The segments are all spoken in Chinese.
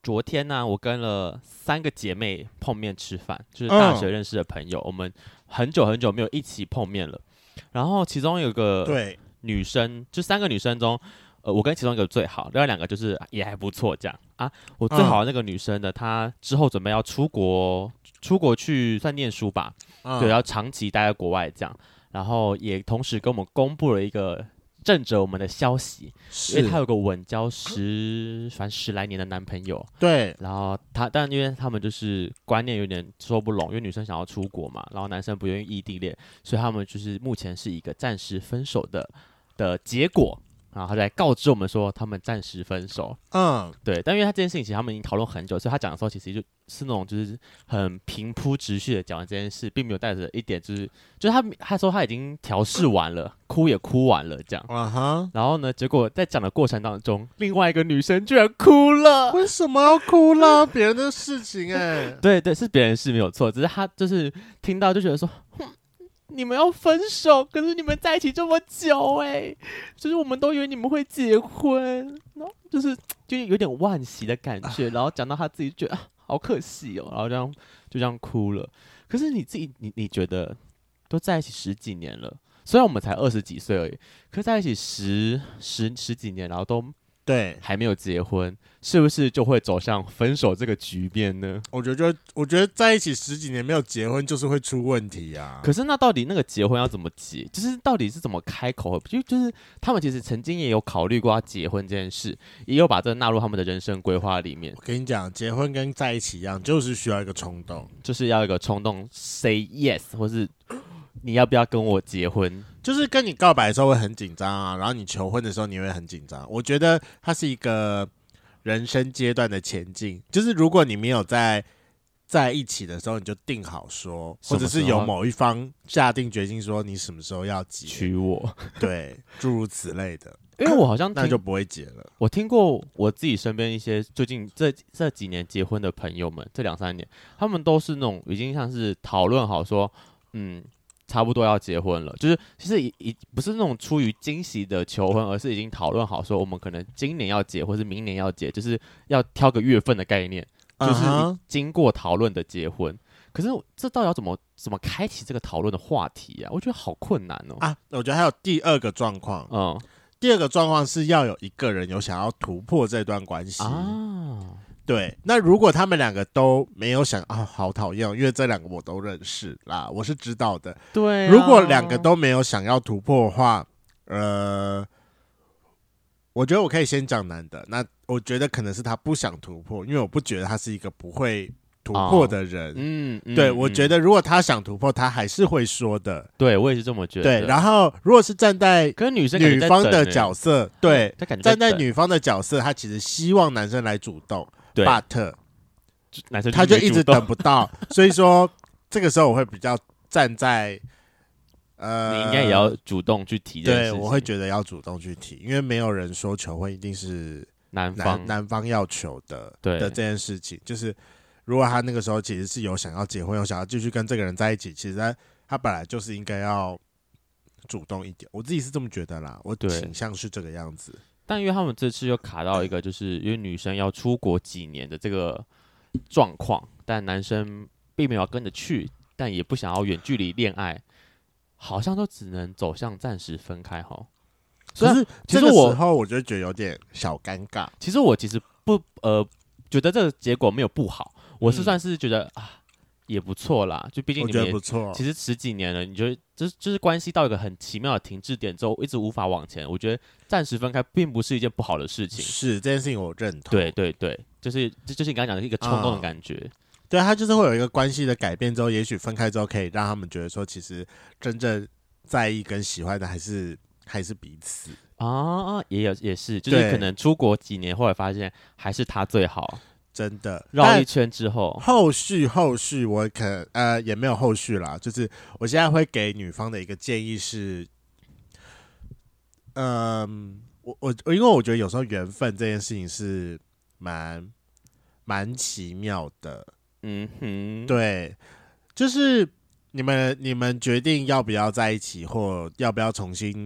昨天呢，我跟了3个姐妹碰面吃饭，就是大学认识的朋友，我们很久很久没有一起碰面了。然后其中有个对， 女生，就3个女生中，我跟其中一个最好，另外2个就是也还不错这样啊。我最好的那个女生呢，她之后准备要出国去算念书吧，对，要长期待在国外这样。然后也同时跟我们公布了一个震着我们的消息，因为她有个稳交10来年的男朋友， 对， 然后但因为他们就是观念有点说不拢，因为女生想要出国嘛，然后男生不愿意异地恋，所以他们就是目前是一个暂时分手的结果。然后他就来告知我们说，他们暂时分手。对，但因为他这件事情，其实他们已经讨论很久，所以他讲的时候，其实就是那种就是很平铺直叙的讲完这件事，并没有带着一点就是他说他已经调试完了，哭也哭完了这样。然后呢，结果在讲的过程当中，另外一个女生居然哭了。 为什么要哭啦？别人的事情对对，是别人的事没有错，只是他就是听到就觉得说，你们要分手，可是你们在一起这么久就是我们都以为你们会结婚，然后就有点惋惜的感觉，然后讲到他自己觉得好可惜哦，然后就这样哭了。可是你自己你觉得都在一起10几年了，虽然我们才20几岁而已，可是在一起十几年，然后都对还没有结婚，是不是就会走向分手这个局面呢？ 我觉得在一起10几年没有结婚，就是会出问题啊。 可是那到底那个结婚要怎么结？就是到底是怎么开口？就是他们其实曾经也有考虑过要结婚这件事，也有把这纳入他们的人生规划里面。 我跟你讲，结婚跟在一起一样，就是需要一个冲动， 就是要一个冲动 say yes， 或是你要不要跟我结婚？ 就是跟你告白的时候会很紧张啊，然后你求婚的时候你会很紧张。我觉得它是一个人生阶段的前进，就是如果你没有在一起的时候，你就定好说，或者是有某一方下定决心说你什么时候要结娶我， 对，诸如此类的。 因为我好像那就不会结了。 我听过我自己身边一些最近这几年结婚的朋友们，这2-3年，他们都是那种已经像是讨论好说，差不多要结婚了，就是其实不是那种出于惊喜的求婚，而是已经讨论好说我们可能今年要结，或是明年要结，就是要挑个月份的概念，就是经过讨论的结婚。可是这到底要怎么开启这个讨论的话题啊？我觉得好困难哦。 我觉得还有第二个状况，第二个状况是要有一个人有想要突破这段关系对，那如果他们2个都没有想好讨厌，因为这2个我都认识啦，我是知道的。 对如果2个都没有想要突破的话，我觉得我可以先讲男的。那我觉得可能是他不想突破，因为我不觉得他是一个不会突破的人。对，我觉得如果他想突破，他还是会说的。 对，我也是这么觉得。 对，然后如果是站在女方的角色，对，站在女方的角色，他其实希望男生来主动。but 男生他就一直等不到，所以说这个时候我会比较站在你应该也要主动去提这件事情。 对，我会觉得要主动去提，因为没有人说求婚一定是男方要求的这件事情。就是如果他那个时候其实是有想要结婚，有想要继续跟这个人在一起，其实他本来就是应该要主动一点。我自己是这么觉得啦，我倾向是这个样子。 但因为他们这次又卡到一个，就是因为女生要出国几年的这个状况，但男生并没有要跟着去，但也不想要远距离恋爱，好像都只能走向暂时分开齁。 可是这个时候我就觉得有点小尴尬。 其实我不觉得这个结果没有不好，我是算是觉得也不错啦，就毕竟你们也其实10几年了，你觉得就是关系到一个很奇妙的停滞点之后，一直无法往前。我觉得暂时分开并不是一件不好的事情。 是这件事情我认同。 对对对，就是你刚刚讲的一个冲动的感觉。 对，他就是会有一个关系的改变之后，也许分开之后可以让他们觉得说，其实真正在意跟喜欢的还是彼此也是，就是可能出国几年，后来发现还是他最好。 真的绕一圈之后， 后续我也没有后续啦，就是我现在会给女方的一个建议是，因为我觉得有时候缘分这件事情是蛮奇妙的。对，就是你们决定要不要在一起，或要不要重新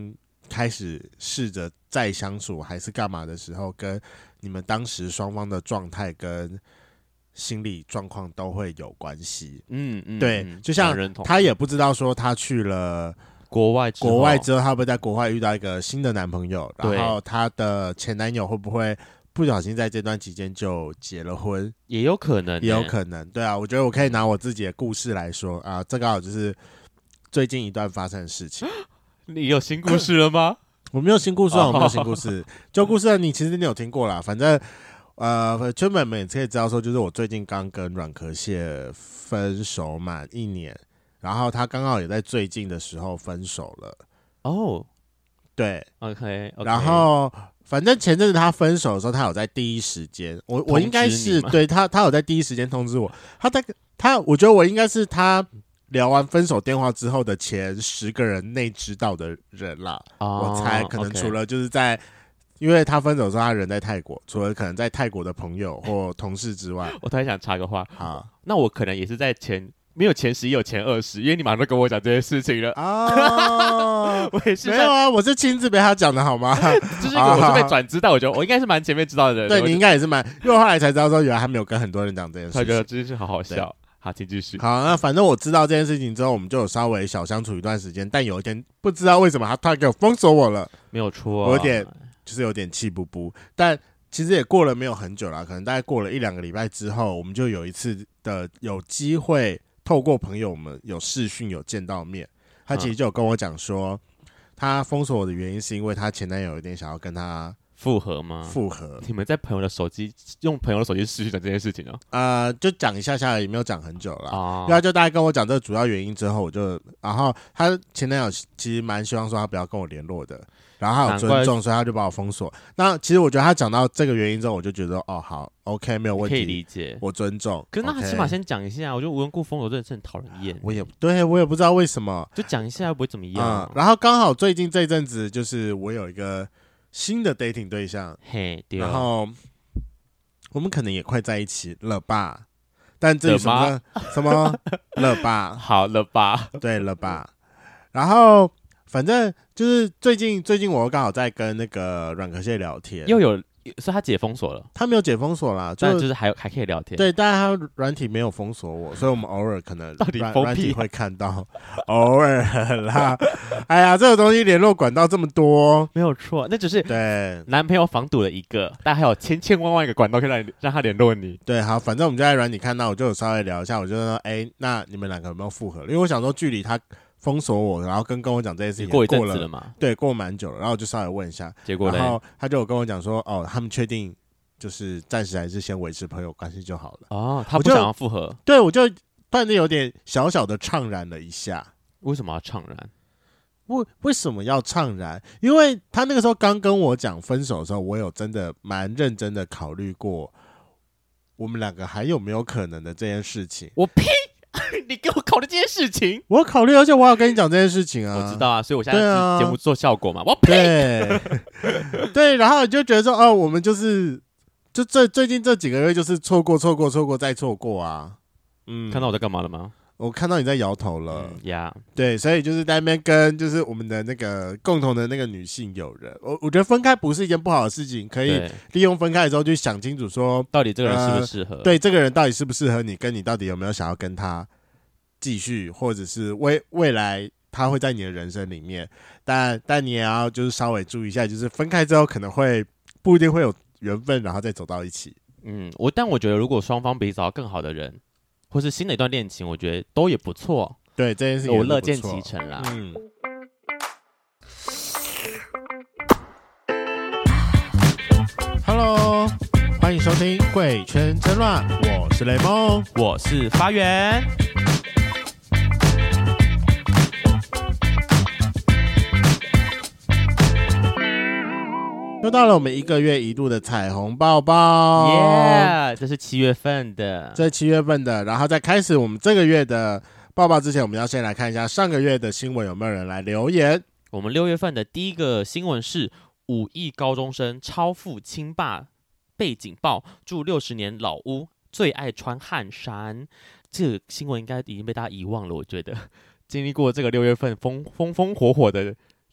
开始试着再相处还是干嘛的时候，跟你们当时双方的状态跟心理状况都会有关系。对，就像他也不知道说他去了国外之后，他会不会在国外遇到一个新的男朋友，然后他的前男友会不会不小心在这段期间就结了婚， 也有可能， 也有可能。对啊，我觉得我可以拿我自己的故事来说啊，这刚好就是最近一段发生的事情。 你有新故事了吗？ 我没有新故事啊，我没有新故事。旧故事你其实你有听过啦，反正圈粉们也可以知道说，就是我最近刚跟软壳蟹分手满1年，然后他刚好也在最近的时候分手了。哦，对 ，OK， 然后反正前阵子他分手的时候，他有在第一时间，我应该是对他有在第一时间通知我，我觉得我应该是他聊完分手电话之后的前10个人内知道的人啦。我猜可能除了就是在。因为他分手的时候，他人在泰国，除了可能在泰国的朋友或同事之外， 我突然想插个话，好，那我可能也是在没有前10，有前20，因为你马上都跟我讲这些事情了啊。我也是没有啊，我是亲自被他讲的好吗？ 就是我是被转知道，我觉得我应该是蛮前面知道的人。 对，你应该也是蛮，因为我后来才知道说，原来他没有跟很多人讲这件事情， 他觉得这件事好好笑。好，请继续。 好，那反正我知道这件事情之后，我们就有稍微小相处一段时间，但有一天不知道为什么他突然给我封锁我了， 没有错， 我有点气不不，但其实也过了没有很久啦，可能大概过了1-2个礼拜之后，我们就有一次的有机会透过朋友们有视讯有见到面，他其实就有跟我讲说，他封锁我的原因是因为他前男友有点想要跟他复合吗？ 复合。 你们在用朋友的手机视讯讲这件事情哦？就讲一下下，也没有讲很久了。因为他就大概跟我讲这个主要原因之后，然后他前男友其实蛮希望说他不要跟我联络的。然后他有尊重，所以他就把我封锁。那其实我觉得他讲到这个原因之后，我就觉得哦，好 ，OK， 没有问题， 可以理解， 我尊重。 可是那他起码先讲一下，我觉得无缘故封锁真的是很讨人厌。 我也不知道为什么， 就讲一下又不会怎么样。 然后刚好最近这一阵子，就是我有一个新的 dating 对象，然后我们可能也快在一起了吧？但至于什么了吧？ 好了吧？ 对了吧？然后。反正就是最近我刚好在跟那个软壳蟹聊天， 所以他解封锁了， 他没有解封锁啦， 但就是还可以聊天。 对，但是他软体没有封锁我，所以我们偶尔可能到底软体会看到，偶尔啦。哎呀，这个东西联络管道这么多， 没有错，那只是对男朋友防堵了一个，但还有千万一个管道可以让他联络你。 对，好，反正我们就在软体看到，我就有稍微聊一下，我就说，那你们2个有没有复合？因为我想说，距离他封锁我，然后跟我讲这件事情过一阵子了嘛？ 对，过蛮久了，然后我就稍微问一下， 结果然后他就有跟我讲说，他们确定就是暂时还是先维持朋友关系就好了。 哦，他不想要复合， 对，我就突然间有点小小的怅然了一下。 为什么要怅然？ 为什么要怅然？因为他那个时候刚跟我讲分手的时候，我有真的蛮认真的考虑过，我们2个还有没有可能的这件事情。 我呸！你给我考虑这件事情， 我考虑，而且我要跟你讲这件事情啊。 我知道啊，所以我现在是节目做效果嘛。我呸！ 对，然后你就觉得说，我们就最近这几个月就是错过再错过啊。 看到我在干嘛了吗？ 我看到你在摇头了呀。 对，所以就是在那边跟就是我们的那个共同的那个女性友人，我觉得分开不是一件不好的事情，可以利用分开的时候去想清楚说， 到底这个人适不适合？ 对，这个人到底适不适合你，跟你到底有没有想要跟他继续，或者是未来他会在你的人生里面，但你也要就是稍微注意一下，就是分开之后可能会不一定会有缘分，然后再走到一起。 但我觉得如果双方比找到更好的人，或是新的一段恋情，我觉得都也不错。 对，这件事情我乐见其成啦。 Hello， 欢迎收听《贵圈争乱》，我是雷梦， 我是发源。 又到了我们1个月1度的彩虹抱抱， 耶！这是7月份的， 然后在开始我们这个月的抱抱之前，我们要先来看一下上个月的新闻有没有人来留言。 我们6月份的第一个新闻是5亿高中生超富亲爸被警报，住60年老屋，最爱穿汗衫。这个新闻应该已经被大家遗忘了，我觉得经历过这个6月份风火的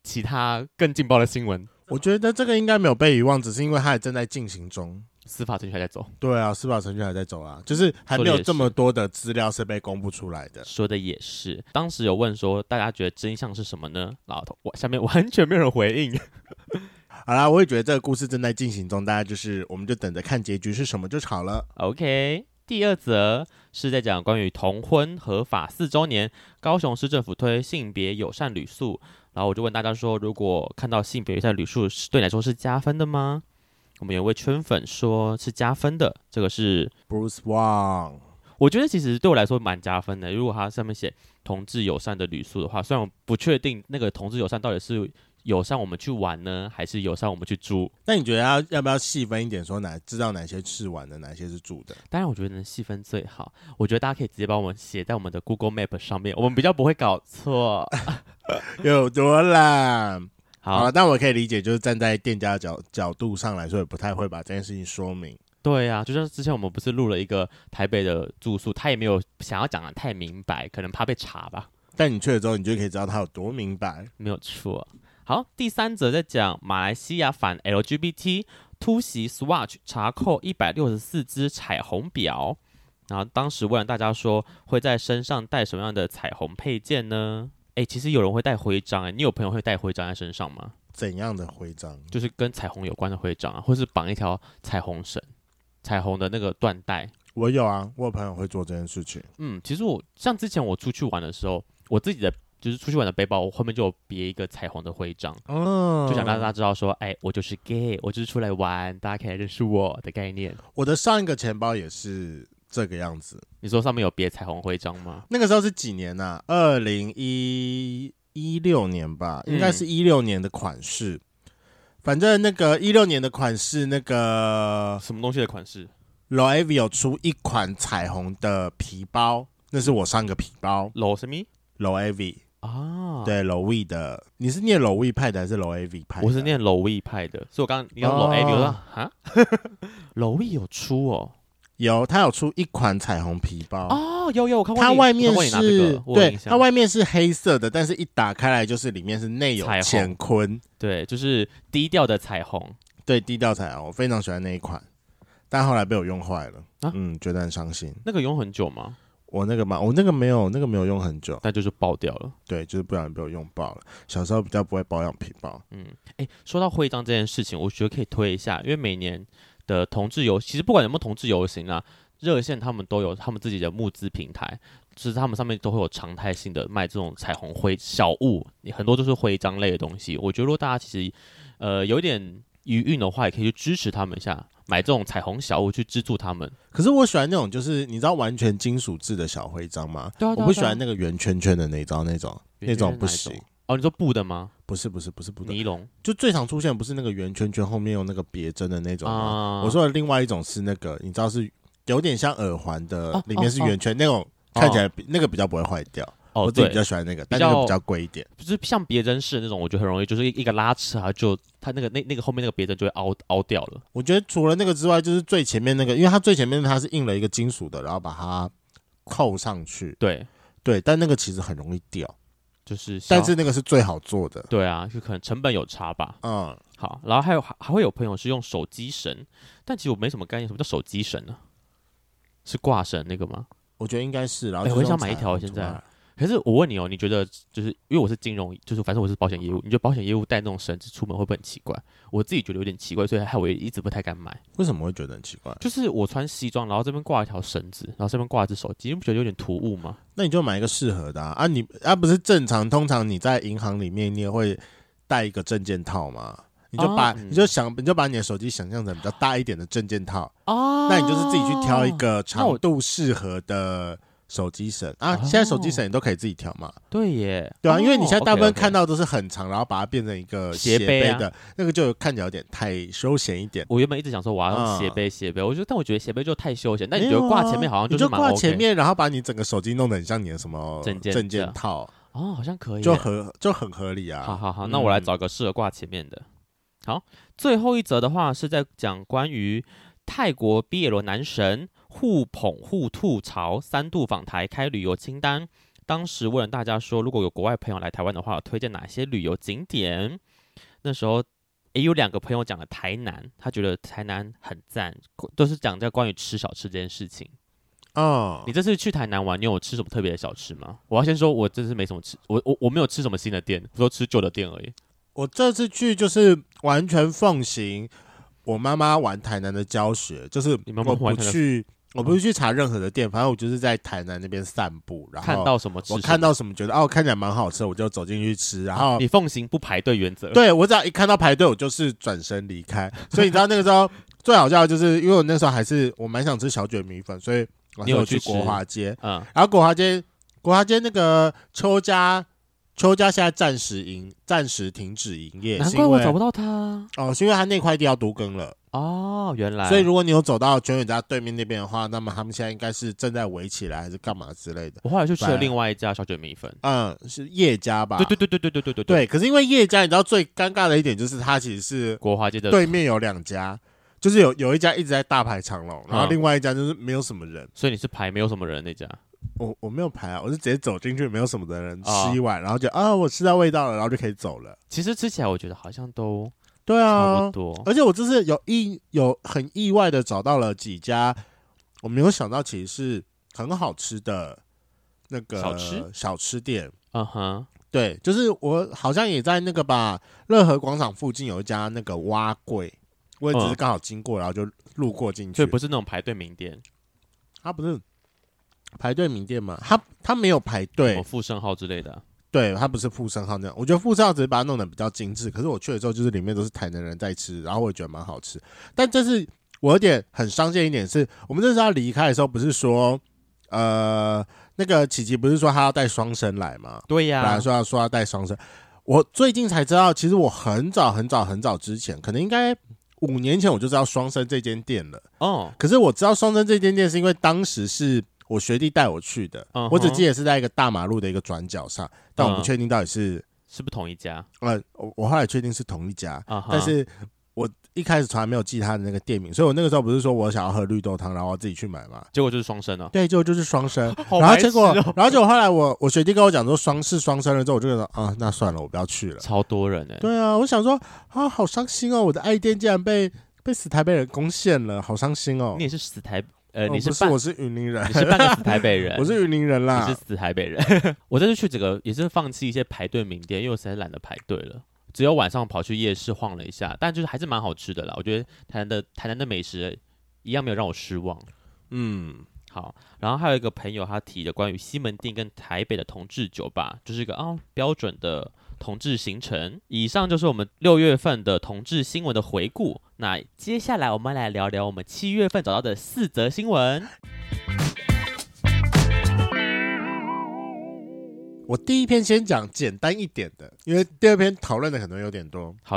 其他更劲爆的新闻？ 我觉得这个应该没有被遗忘，只是因为它还正在进行中， 司法程序还在走。 对啊，司法程序还在走啊，就是还没有这么多的资料是被公布出来的。 说的也是，当时有问说大家觉得真相是什么呢？然后下面完全没有人回应。 好啦，我也觉得这个故事正在进行中，大家我们就等着看结局是什么就好了。 OK， 第二则是在讲关于同婚合法4周年，高雄市政府推性别友善旅宿。然后我就问大家说，如果看到性别友善旅宿，对你来说是加分的吗？我们有位圈粉说是加分的，这个是 Bruce Wang。 我觉得其实对我来说蛮加分的。如果它上面写同志友善的旅宿的话，虽然我不确定那个同志友善到底是友善我们去玩呢，还是友善我们去住。 那你觉得要不要细分一点，说知道哪些是玩的，哪些是住的？ 当然，我觉得能细分最好。我觉得大家可以直接把我们写在我们的 Google Map 上面，我们比较不会搞错。 有多懒？好了，但我可以理解，就是站在店家的角度上来说，也不太会把这件事情说明。 对啊，就像之前我们不是录了一个台北的住宿，他也没有想要讲的太明白，可能怕被查吧。 但你去了之后，你就可以知道他有多明白。 没有错。好，第3则在讲马来西亚反 LGBT 突袭 Swatch 查扣164只彩虹表，然后当时问了大家说会在身上带什么样的彩虹配件呢？其实有人会带徽章，你有朋友会带徽章在身上吗？ 怎样的徽章？ 就是跟彩虹有关的徽章啊，或是绑一条彩虹绳、彩虹的那个缎带。 我有啊，我有朋友会做这件事情。 其实像之前我出去玩的时候，我自己的就是出去玩的背包，我后面就有别一个彩虹的徽章，就想让大家知道说，我就是 gay， 我就是出来玩，大家可以来认识我的概念。 我的上一个钱包也是这个样子。 你说上面有别彩虹徽章吗？ 那个时候是几年啊？2016年吧，应该是16年的款式。反正那个16年的款式，那个什么东西的款式 ？Loewe 有出一款彩虹的皮包，那是我上个皮包。 Lo 什么 ？Loewe 啊， 对 Loewe 的，你是念 Loewe 派的还是 Loewe 派的？ 我是念 Loewe 派的，所以我刚刚你要 Loewe，我说哈，Loewe 有出哦。 有，它有出一款彩虹皮包哦，有我看过。 它外面是， 对， 它外面是黑色的，但是一打开来就是里面是内有乾坤， 对，就是低调的彩虹， 对，低调彩虹，我非常喜欢那一款，但后来被我用坏了，觉得很伤心。 那个用很久吗？ 我那个没有用很久， 但就是爆掉了， 对，就是不小心被我用爆了。小时候比较不会保养皮包， 说到徽章这件事情，我觉得可以推一下，因为每年的同志游，其实不管有没有同志游行啊，热线他们都有他们自己的募资平台，就是他们上面都会有常态性的卖这种彩虹徽小物，很多都是徽章类的东西。我觉得如果大家其实有一点余韵的话，也可以去支持他们一下，买这种彩虹小物去资助他们。 可是我喜欢那种就是你知道完全金属制的小徽章吗？ 对啊， 我不喜欢那个圆圈圈的那种不行。 哦，你说布的吗？ 不是布的， 尼龙。 就最常出现不是那个圆圈圈后面有那个别针的那种吗？我说的另外一种是那个，你知道是有点像耳环的，里面是圆圈那种，看起来那个比较不会坏掉。我自己比较喜欢那个，但那个比较贵一点。 就是像别针式的那种，我觉得很容易，就是一个拉扯啊，就它那个后面那个别针就会凹掉了。 我觉得除了那个之外，就是最前面那个，因为它最前面它是印了一个金属的，然后把它扣上去。对，但那个其实很容易掉。但是那个是最好做的， 对啊，就可能成本有差吧。好，然后还会有朋友是用手机绳，但其实我没什么概念，什么叫手机绳呢？是挂绳那个吗？ 我觉得应该是。然后我很想买一条现在。可是我问你你觉得就是因为我是金融，就是反正我是保险业务，你觉得保险业务带那种绳子出门会不会很奇怪？我自己觉得有点奇怪，所以害我一直不太敢买。 为什么会觉得很奇怪？ 就是我穿西装，然后这边挂一条绳子，然后这边挂一只手机，你不觉得有点突兀吗？ 那你就买一个适合的你不是正常，通常你在银行里面你也会带一个证件套吗？你就把你的手机想象成比较大一点的证件套那你就是自己去挑一个长度适合的手机绳现在手机绳你都可以自己调嘛？ 对耶， 对啊，因为你现在大部分看到都是很长，然后把它变成一个斜背的，那个就看起来有点太休闲一点。 我原本一直想说我要用斜背，但我觉得斜背就太休闲。但你觉得挂前面好像就是蛮 OK， 你就挂前面，然后把你整个手机弄得很像你的什么证件套好像可以， 就很合理啊。 好，那我来找个适合挂前面的。好，最后一则的话是在讲关于泰国 BL 男神互捧互吐槽3度访台开旅游清单， 当时问了大家说，如果有国外朋友来台湾的话，推荐哪些旅游景点？那时候也有2个朋友讲了台南，他觉得台南很赞，都是讲在关于吃小吃这件事情。 哦， 你这次去台南玩，你有吃什么特别的小吃吗？我要先说，我这次没什么吃，我没有吃什么新的店，我都吃旧的店而已。 我这次去就是完全奉行我妈妈玩台南的教学，就是我不是去查任何的店，反正我就是在台南那边散步，然后看到什么吃什么， 我看到什么觉得看起来蛮好吃，我就走进去吃。然后你奉行不排队原则， 对，我只要一看到排队，我就是转身离开。所以你知道那个时候最好笑的就是因为我那时候我蛮想吃小卷米粉，所以我有去国华街，然后国华街那个邱家现在暂时停止营业， 难怪我找不到他是因为他那块地要都更了。 原来。 所以如果你有走到全远家对面那边的话，那么他们现在应该是正在围起来还是干嘛之类的。 我后来就去了另外一家小卷米粉， 是叶家吧？ 对。 对，可是因为叶家，你知道最尴尬的一点就是它其实是国华街的对面有2家，就是有一家一直在大排长龙，然后另外一家就是没有什么人。 所以你是排没有什么人那家？ 我没有排啊，我是直接走进去，没有什么的人吃一碗，然后就我吃到味道了，然后就可以走了。 其实吃起来我觉得好像都对啊， 差不多。 而且我这次有很意外的找到了几家我没有想到其实是很好吃的那个小吃店。对，就是我好像也在那个乐和广场附近有一家那个蛙柜，我也只是刚好经过，然后就路过进去。 所以不是那种排队名店， 它不是排队名店吗？它没有排队， 什么富盛号之类的。 对，它不是富盛号那样，我觉得富盛号只是把它弄得比较精致。可是我去的时候，就是里面都是台南人在吃，然后我也觉得蛮好吃。但这是我有点很伤心一点是，我们这次要离开的时候，不是说那个琪琪不是说他要带双生来吗？ 对呀， 本来说要带双生，我最近才知道，其实我很早之前，可能应该5年前我就知道双生这间店了。可是我知道双生这间店是因为当时是我学弟带我去的，我只记得是在一个大马路的一个转角上，但我不确定到底是不同一家。 我后来确定是同一家，但是我一开始从来没有记他的那个店名，所以我那个时候不是说我想要喝绿豆汤，然后我自己去买嘛， 结果就是双生对，结果就是双生。 然后结果后来我学弟跟我讲说双生了之后，我就觉得那算了，我不要去了。 超多人对啊，我想说好伤心哦，我的爱店竟然被死台北人攻陷了，好伤心哦。 你也是死台我是云林人， 你是半个死台北人， 我是云林人啦， 你是死台北人。我这次去整个也是放弃一些排队名店，因为我实在懒得排队了，只有晚上跑去夜市晃了一下，但就是还是蛮好吃的啦。我觉得台南的美食一样没有让我失望。好，然后还有一个朋友他提的关于西门町跟台北的同志酒吧，就是一个标准的同志行程。以上就是我们6月份的同志新闻的回顾。那接下来我们来聊聊我们7月份找到的4则新闻。 我第一篇先讲简单一点的，因为第二篇讨论的可能有点多。 好，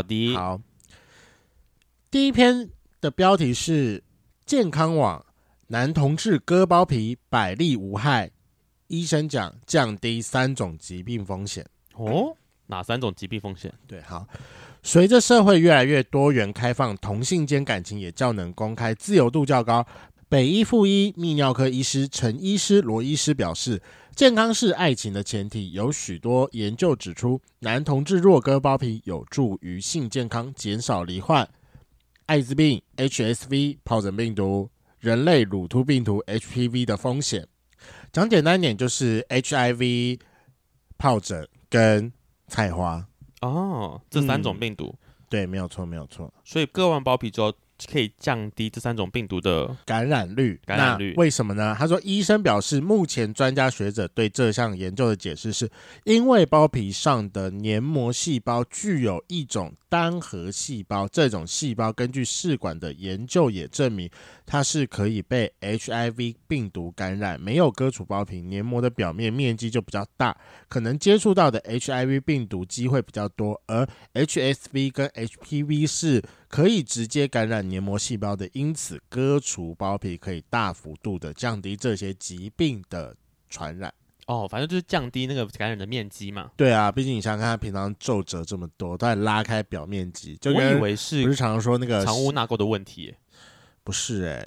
第一篇的标题是健康网，男同志割包皮百利无害，医生讲降低3种疾病风险。 哪3种疾病风险？ 对，好。随着社会越来越多元开放，同性间感情也较能公开，自由度较高。北医附医泌尿科医师陈医师、罗医师表示，健康是爱情的前提。有许多研究指出，男同志若割包皮有助于性健康，减少罹患艾滋病、HSV、疱疹病毒、人类乳突病毒 HPV 的风险。讲简单一点，就是 HIV、疱疹跟菜花。 这3种病毒。 对，没有错。 所以割完包皮之后可以降低这3种病毒的感染率。那为什么呢？他说，医生表示，目前专家学者对这项研究的解释是，因为包皮上的黏膜细胞具有一种单核细胞，这种细胞根据试管的研究也证明，它是可以被 HIV 病毒感染。没有割除包皮，黏膜的表面面积就比较大，可能接触到的 HIV 病毒机会比较多，而 HSV 跟 HPV 是可以直接感染黏膜细胞的，因此割除包皮可以大幅度的降低这些疾病的传染。 反正就是降低那个感染的面积嘛。 对啊，毕竟你想想看，他平常皱褶这么多，都在拉开表面积，就我以为是不是常常说那个藏污纳垢的问题耶。 不是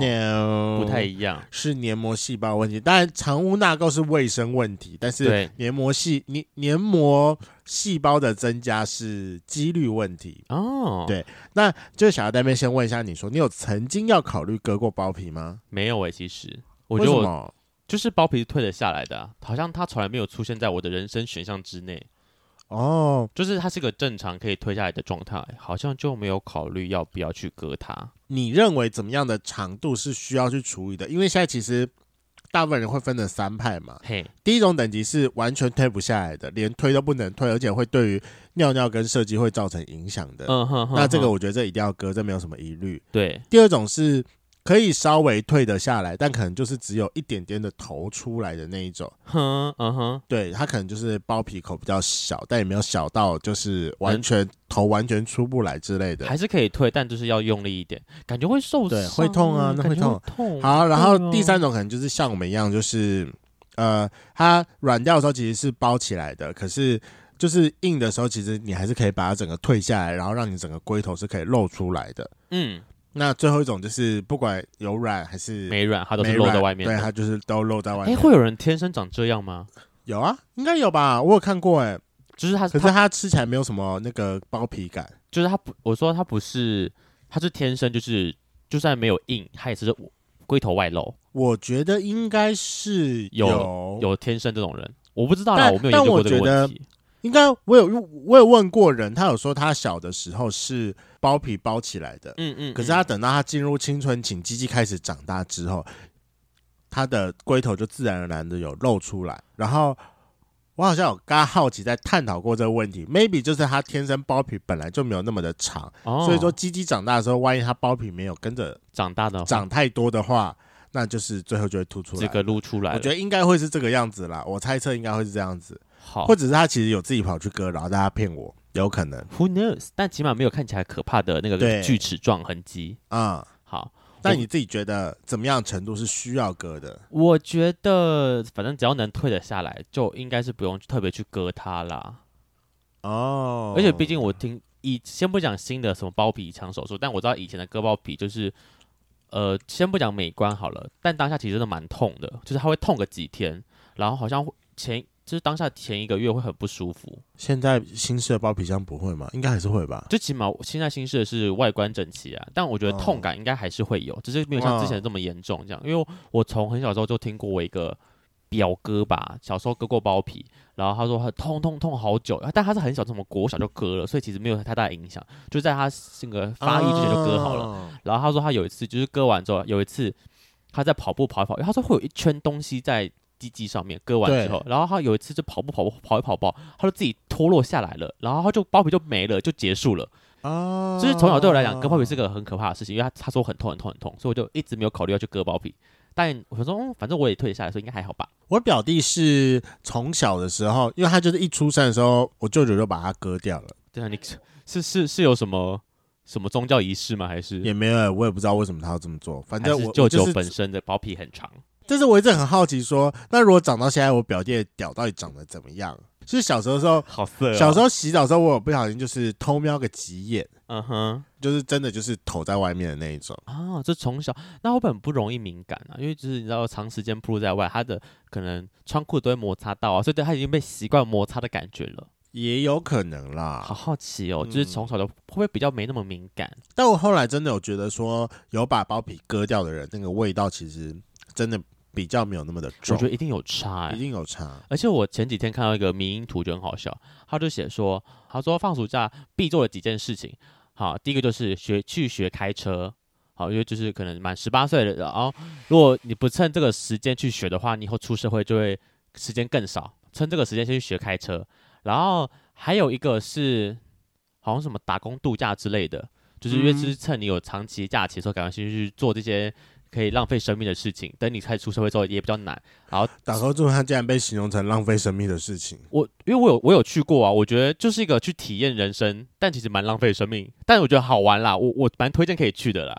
no， 不太一样， 是黏膜细胞问题。当然，藏污纳垢是卫生问题，但是黏膜细胞的增加是几率问题。哦，对，那就想要在那边先问一下，你说你有曾经要考虑割过包皮吗？ 没有其实我觉得我就是包皮是退得下来的好像它从来没有出现在我的人生选项之内。哦，就是它是个正常可以退下来的状态，好像就没有考虑要不要去割它。 你认为怎么样的长度是需要去处理的？因为现在其实大部分人会分成3派嘛。第一种等级是完全退不下来的，连退都不能退，而且会对于尿尿跟射精会造成影响的。那这个我觉得这一定要割，这没有什么疑虑。 对， 第二种是可以稍微退得下来，但可能就是只有一点点的头出来的那一种。对，它可能就是包皮口比较小，但也没有小到就是头完全出不来之类的。 还是可以退，但就是要用力一点，感觉会受伤。 对，会痛啊，那会痛。好，然后第3种可能就是像我们一样，就是它软掉的时候其实是包起来的，可是就是硬的时候，其实你还是可以把它整个退下来，然后让你整个龟头是可以露出来的。那最后一种就是不管有软还是没软，它都是露在外面的。 对，它就是都露在外面。 会有人天生长这样吗？ 有啊，应该有吧，我有看过就是可是它吃起来没有什么那个包皮感。 就是我说它不是，它是天生就是就算没有硬，它也是龟头外露。 我觉得应该是有天生这种人，我不知道啦，我没有研究过这个问题。 应该我有问过人，他有说他小的时候是包皮包起来的，可是他等到他进入青春期，鸡鸡开始长大之后，他的龟头就自然而然的有露出来。然后我好像有跟他好奇在探讨过这个问题 ，maybe 就是他天生包皮本来就没有那么的长，所以说鸡鸡长大的时候，万一他包皮没有跟着长太多的话，那就是最后就会凸出来， 这个露出来。 我觉得应该会是这个样子啦，我猜测应该会是这样子。或者是他其实有自己跑去割，然后大家骗我，有可能。 Who knows？ 但起码没有看起来可怕的那个锯齿状痕迹。好。 那你自己觉得怎么样程度是需要割的？ 我觉得反正只要能退得下来，就应该是不用特别去割它啦。而且毕竟我先不讲新的什么包皮腔手术，但我知道以前的割包皮就是，先不讲美观好了，但当下其实真的蛮痛的，就是它会痛个几天，然后好像就是当下前1个月会很不舒服。 现在新式的包皮腔不会吗？应该还是会吧。 就起码现在新式的是外观整齐啊，但我觉得痛感应该还是会有，只是没有像之前这么严重这样。因为我从很小时候就听过我一个表哥吧，小时候割过包皮，然后他说他痛好久，但他是很小，什么国小就割了，所以其实没有太大的影响，就在他那个发育之前就割好了。然后他说他有一次就是割完之后，有一次他在跑步跑一跑，他说会有一圈东西在鸡鸡上面，割完之后，然后他有一次就跑一跑，他就自己脱落下来了，然后他就包皮就没了，就结束了。就是从小对我来讲，割包皮是个很可怕的事情，因为他说很痛，所以我就一直没有考虑要去割包皮。但我说，反正我也退下来，所以应该还好吧。 我表弟是从小的时候，因为他就是一出生的时候，我舅舅就把他割掉了。 对啊，你是有什么宗教仪式吗？还是也没有，我也不知道为什么他要这么做。反正我舅舅本身的包皮很长。 但是我一直很好奇说，那如果长到现在，我表弟的屌到底长得怎么样？就是小时候的时候， 好色小时候洗澡的时候，我有不小心就是偷瞄个几眼，就是真的就是头在外面的那一种啊。这从小那会不会很不容易敏感啊？因为就是你知道长时间暴露在外，他的可能穿裤都会摩擦到啊，所以对他已经被习惯摩擦的感觉了。 也有可能啦， 好好奇哦，就是从小就会不会比较没那么敏感？ 但我后来真的有觉得说，有把包皮割掉的人，那个味道其实真的比较没有那么的重。 我觉得一定有差， 一定有差。 而且我前几天看到一个迷因图就很好笑，他就写说，他说放暑假必做的几件事情，好，第一个就是去学开车。好，因为就是可能满18岁了，然后如果你不趁这个时间去学的话，你以后出社会就会时间更少。趁这个时间先去学开车。然后还有一个是好像什么打工度假之类的，就是因为是趁你有长期假期的时候，赶快先去做这些可以浪费生命的事情，等你开始出社会之后也比较难。然后打工度假竟然被形容成浪费生命的事情， 因为我有去过啊，我觉得就是一个去体验人生，但其实蛮浪费生命，但我觉得好玩啦，我蛮推荐可以去的啦。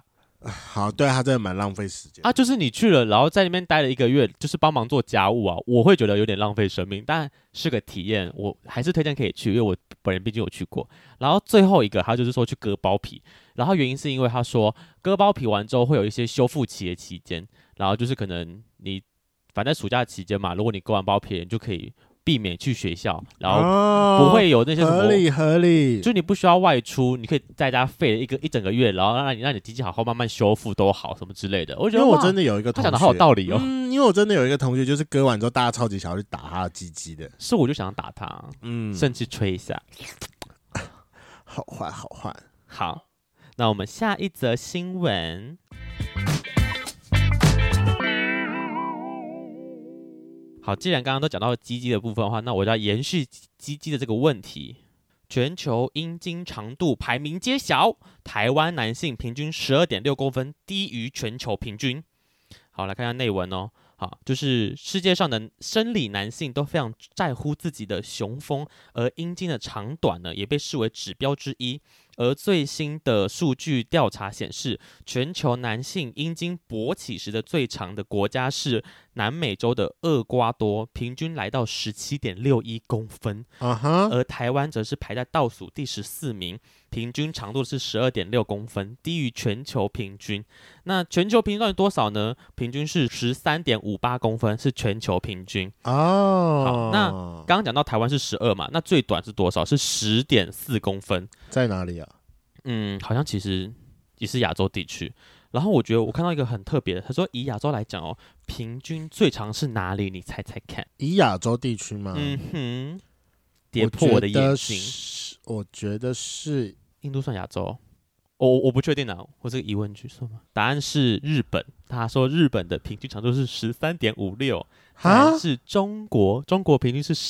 好，对他真的蛮浪费时间啊。就是你去了，然后在那边待了1个月，就是帮忙做家务啊，我会觉得有点浪费生命，但是个体验，我还是推荐可以去，因为我本人毕竟有去过。然后最后一个，他就是说去割包皮，然后原因是因为他说割包皮完之后会有一些修复期的期间，然后就是可能你反正暑假期间嘛，如果你割完包皮，你就可以避免去学校，然后不会有那些什么合理， 就你不需要外出，你可以在家废了一整个月，然后让你机器好好慢慢修复都好什么之类的。我觉得因为我真的有一个同学， 他讲的好有道理哦。 因为我真的有一个同学，就是割完之后，大家超级想要去打他的鸡鸡的， 是我就想要打他，甚至吹一下， 好坏。 好，那我们下一则新闻。好，既然刚刚都讲到鸡鸡的部分的话，那我就要延续鸡鸡的这个问题。全球阴茎长度排名揭晓，台湾男性平均12.6公分，低于全球平均。好，来看一下内文哦。好，就是世界上的生理男性都非常在乎自己的雄风，而阴茎的长短呢，也被视为指标之一。而最新的数据调查显示，全球男性阴茎勃起时的最长的国家是南美洲的厄瓜多，平均来到17.61公分，而台湾则是排在倒数第14名，平均长度是12.6公分，低于全球平均。那全球平均到底多少呢？平均是13.58公分，是全球平均。好，那刚刚讲到台湾是12嘛，那最短是多少？是10.4公分。 在哪里啊？ 好像其实也是亚洲地区。然后我觉得我看到一个很特别的，他说以亚洲来讲哦，平均最长是哪里？你猜猜看。 以亚洲地区吗？ 跌破我的眼睛。 我觉得是印度算亚洲。我不确定啊，我这个疑问句算吗？答案是日本。他说日本的平均长度是13.56，答案是中国平均是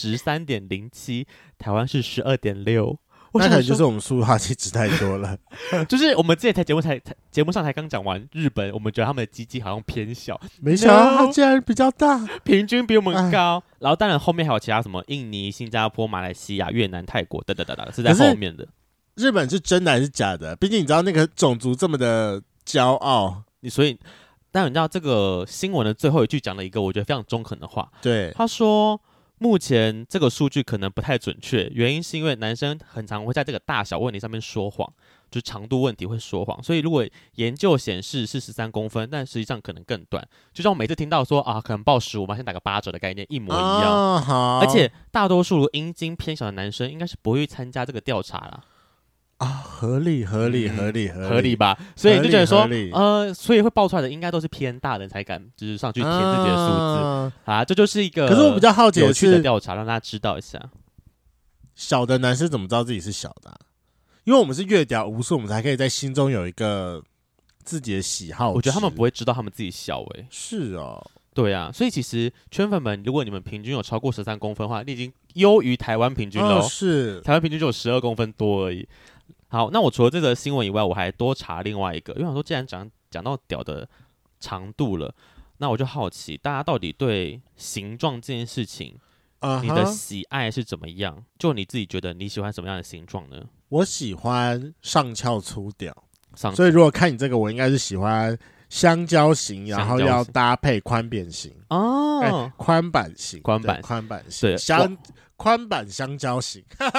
13.07，台湾是12.6。 那可能就是我们塑化剂值太多了。 就是我们之前节目上才刚讲完日本，我们觉得他们的鸡鸡好像偏小， 没想到它竟然比较大， 平均比我们高。然后当然后面还有其他什么印尼、新加坡、马来西亚、越南、泰国等等等等，是在后面的。 日本是真的还是假的？毕竟你知道那个种族这么的骄傲， 所以但你知道这个新闻的最后一句讲了一个我觉得非常中肯的话。 对， 他说目前这个数据可能不太准确，原因是因为男生很常会在这个大小问题上面说谎，就是长度问题会说谎。所以如果研究显示是13公分，但实际上可能更短。就像我每次听到说可能报15嘛，先打个8折的概念一模一样。而且大多数阴茎偏小的男生应该是不会参加这个调查啦。 合理吧？所以你就觉得说，所以会爆出来的应该都是偏大的才敢，就是上去填自己的数字这就是一个。 可是我比较好奇有趣的调查，让大家知道一下， 小的男生怎么知道自己是小的因为我们是阅屌无数，我们才可以在心中有一个自己的喜好。 我觉得他们不会知道他们自己小是哦。 对啊，所以其实圈粉们，如果你们平均有超过13公分的话，你已经优于台湾平均了。 是， 台湾平均就有12公分多而已。好，那我除了这则新闻以外，我还多查另外一个，因为我说既然讲到屌的长度了，那我就好奇大家到底对形状这件事情，你的喜爱是怎么样？就你自己觉得你喜欢什么样的形状呢？ 我喜欢上翘粗屌，所以如果看你这个，我应该是喜欢香蕉型，然后要搭配宽扁型宽板型，宽板型，对，宽板香蕉型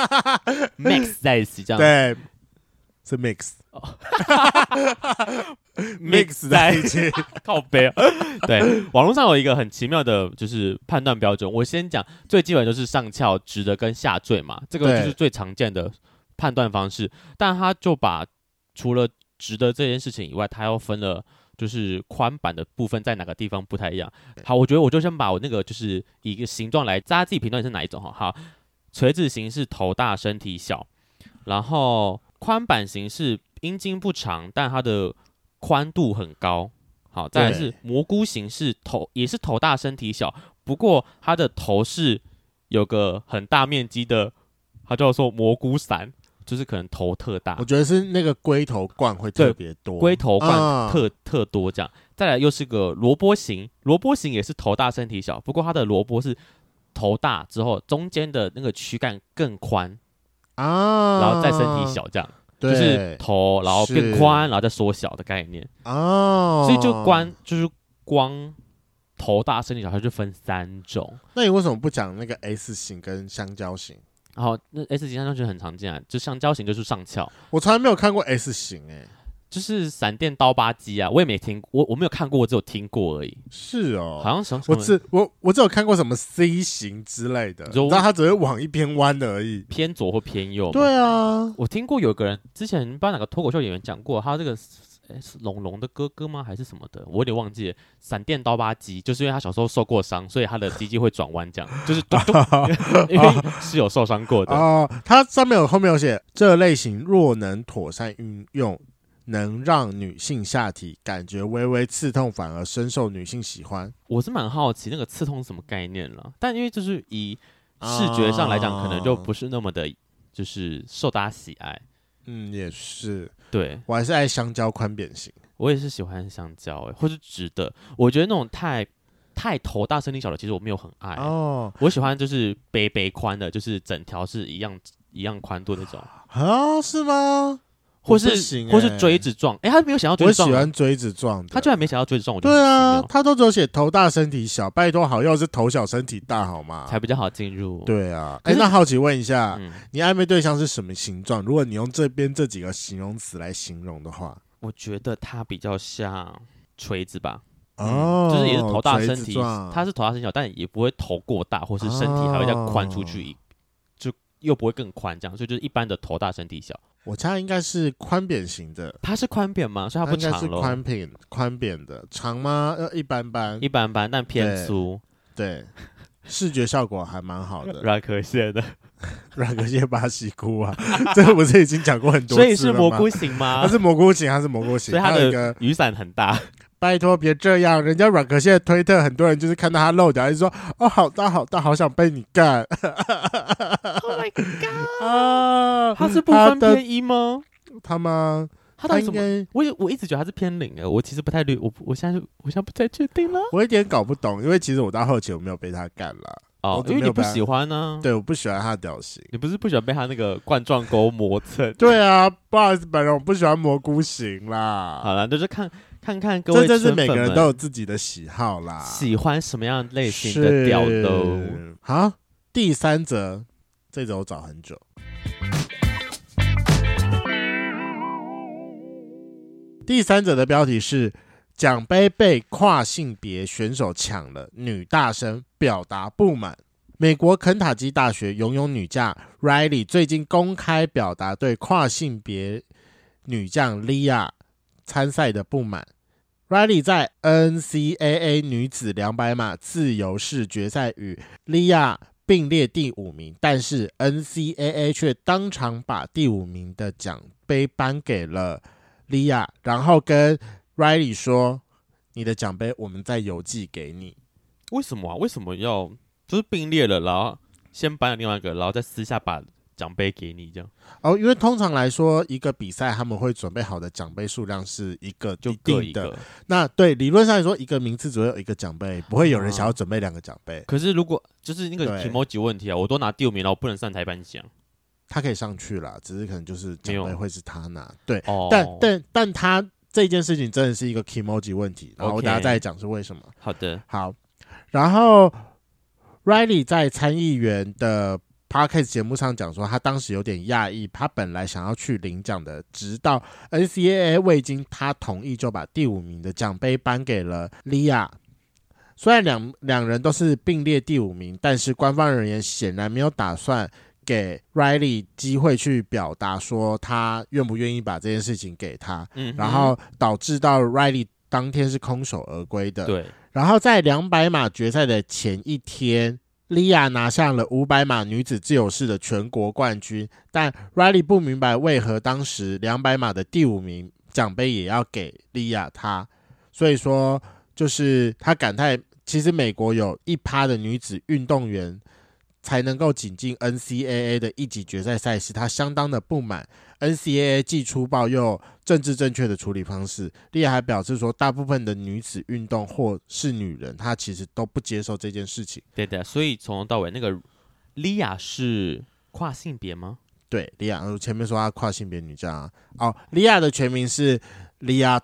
，mix 在一起这样， 对，是 mix 在一起， 靠背。对，网络上有一个很奇妙的，就是判断标准。我先讲最基本就是上翘、直的跟下坠嘛，这个就是最常见的判断方式。但他就把除了直的这件事情以外，他又分了。就是宽板的部分在哪个地方不太一样。好，我觉得我就先把我那个就是以一个形状来，大家自己评断是哪一种。好，垂直型是头大身体小，然后宽板型是阴茎不长，但它的宽度很高。好，再来是蘑菇型是也是头大身体小，不过它的头是有个很大面积的，它叫做蘑菇伞。就是可能头特大， 我觉得是那个龟头冠会特别多， 龟头冠特多这样。再来又是个萝卜型，萝卜型也是头大身体小，不过它的萝卜是头大之后中间的那个躯干更宽然后再身体小这样。 就是头然后变宽，然后再缩小的概念哦。所以就是光头大身体小，它就分3种。 那你为什么不讲那个 S 型跟香蕉型？ 然后那 S 型香蕉型很常见啊，就香蕉型就是上翘。 我从来没有看过 S 型就是闪电刀疤肌啊，我也没听过，我没有看过，我只有听过而已。 是哦， 好像什么我只有看过什么 C 型之类的，你知道它只会往一边弯的而已， 偏左或偏右。 对啊， 我听过有个人之前不知道哪个脱口秀演员讲过，他这个是龙龙的哥哥吗？还是什么的？我有点忘记了。闪电刀疤肌，就是因为他小时候受过伤，所以他的鸡鸡会转弯，这样就是因为是有受伤过的哦。它上面后面有写，这类型若能妥善运用，能让女性下体感觉微微刺痛，反而深受女性喜欢。 我是蛮好奇那个刺痛是什么概念了，但因为就是以视觉上来讲，可能就不是那么的，就是受大家喜爱。 也是。 对， 我还是爱香蕉宽扁型。 我也是喜欢香蕉或是直的。我觉得那种太头大身体小的，其实我没有很爱哦。我喜欢就是杯宽的，就是整条是一样宽度那种啊？是吗？ 或是锥子状，他没有想要锥子状， 我喜欢锥子状的， 他居然没想要锥子状，我觉得对啊，他都只有写头大身体小，拜托好要是头小身体大好吗？ 才比较好进入。 对啊，那好奇问一下，你暧昧对象是什么形状？如果你用这边这几个形容词来形容的话， 我觉得他比较像锤子吧。就是也是头大身体，他是头大身体小，但也不会头过大，或是身体还会再宽出去，就又不会更宽这样，所以就是一般的头大身体小。 我家应该是宽扁型的， 它是宽扁吗？所以它不长咯。 应该是宽扁的，长吗？一般般， 但偏粗。 对，视觉效果还蛮好的。 软壳蟹的， 软壳蟹巴西菇啊，这个不是已经讲过很多次了吗？ 所以是蘑菇型吗？ 它是蘑菇型， 所以它的雨伞很大。 拜托别这样，人家软壳蟹的推特，很多人就是看到他露屌，就说哦好大好大，好想被你干。 Oh my god！ 啊，他是不分偏一吗？ 他吗？ 他应该我一直觉得他是偏零我其实不太我现在不太确定了。 我有点搞不懂，因为其实我到后期我没有被他干了。 因为你不喜欢呢。 对，我不喜欢他的屌型。 你不是不喜欢被他那个冠状沟磨蹭？ 对啊，不好意思，本人我不喜欢蘑菇型啦。 好了，就是看各位， 这是每个人都有自己的喜好啦， 喜欢什么样类型的屌都好。第3则，这则我找很久。第3则的标题是奖杯被跨性别选手抢了，女大生表达不满。美国肯塔基大学游泳女将 Riley 最近公开表达对跨性别女将 Lia 参赛的不满。Riley 在 NCAA 女子200码自由式决赛与 Lia 并列第5名，但是 NCAA 却当场把第5名的奖杯颁给了 Lia， 然后跟 Riley 说：“你的奖杯我们再邮寄给你。” 为什么啊？为什么要就是并列了，然后先颁了另外一个，然后再私下把奖杯给你这样？ 因为通常来说，一个比赛他们会准备好的奖杯数量是一个一定的。那对理论上来说，一个名次只会有一个奖杯，不会有人想要准备2个奖杯。 可是如果就是那个 emoji 问题啊，我都拿第5名了，我不能上台颁奖。 他可以上去啦，只是可能就是奖杯会是他拿。对，但他这件事情真的是一个 emoji 问题，然后我等下再讲是为什么。 好的， 好。然后 Riley 在参议员的 Podcast 节目上讲说，他当时有点讶异，他本来想要去领奖的，直到 NCAA 未经他同意就把第5名的奖杯颁给了 Lia。虽然两人都是并列第5名，但是官方人员显然没有打算给 Riley 机会去表达说他愿不愿意把这件事情给他，然后导致到 Riley 当天是空手而归的。 对。 然后在200码决赛的前一天，莉亚拿下了500码女子自由式的全国冠军，但 Riley 不明白为何当时200码的第5名奖杯也要给莉亚她，所以说就是他感叹，其实美国有1%的女子运动员才能够挤进 NCAA 的一级决赛赛事，他相当的不满 NCAA 既粗暴又政治正确的处理方式。莉亚还表示说，大部分的女子运动或是女人，她其实都不接受这件事情。 对的，所以从头到尾那个莉亚是跨性别吗？ 对，莉亚，我前面说她跨性别女将啊。哦，莉亚的全名是 Lia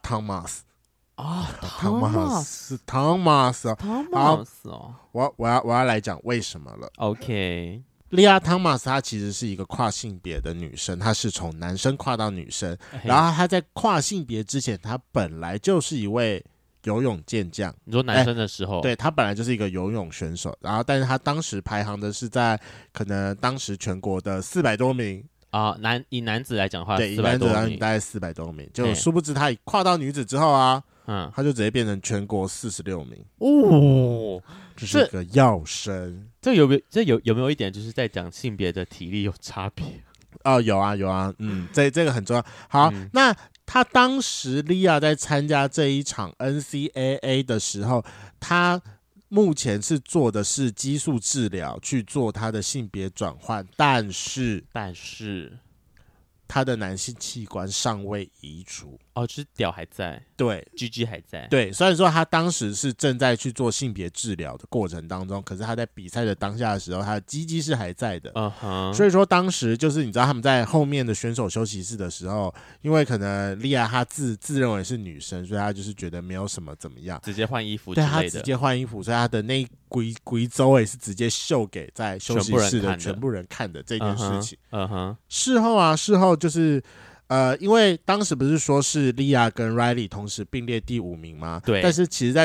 Thomas。Thomas 哦，我要来讲为什么了。 OK， 莉亚汤马斯她其实是一个跨性别的女生，她是从男生跨到女生，然后她在跨性别之前，她本来就是一位游泳健将。 你说男生的时候， 对，她本来就是一个游泳选手，然后但是她当时排行的是在可能当时全国的400多名。 以男子来讲的话， 对，以男子来讲大概400多名，就殊不知她跨到女子之后啊，她就直接变成全国46名哦， 这是一个要生。 这有没有一点就是在讲性别的体力有差别？ 有啊，这个很重要。好，那她当时莉亚在参加这一场 NCAA 的时候，她目前是做的是激素治疗，去做她的性别转换，但是她的男性器官尚未移除。 就是屌还在， 对 ，GG 还在， 对。虽然说她当时是正在去做性别治疗的过程当中，可是她在比赛的当下的时候，她的鸡鸡是还在的。所以说当时就是你知道他们在后面的选手休息室的时候，因为可能莉亚她自认为是女生，所以她就是觉得没有什么怎么样， 直接换衣服之类的。 对，她直接换衣服，所以她的那龟周也是直接秀给在休息室的全部人看的这件事情。事后就是。因为当时不是说是莉亚跟 Riley 同时并列第5名吗？ 对。 但是其实在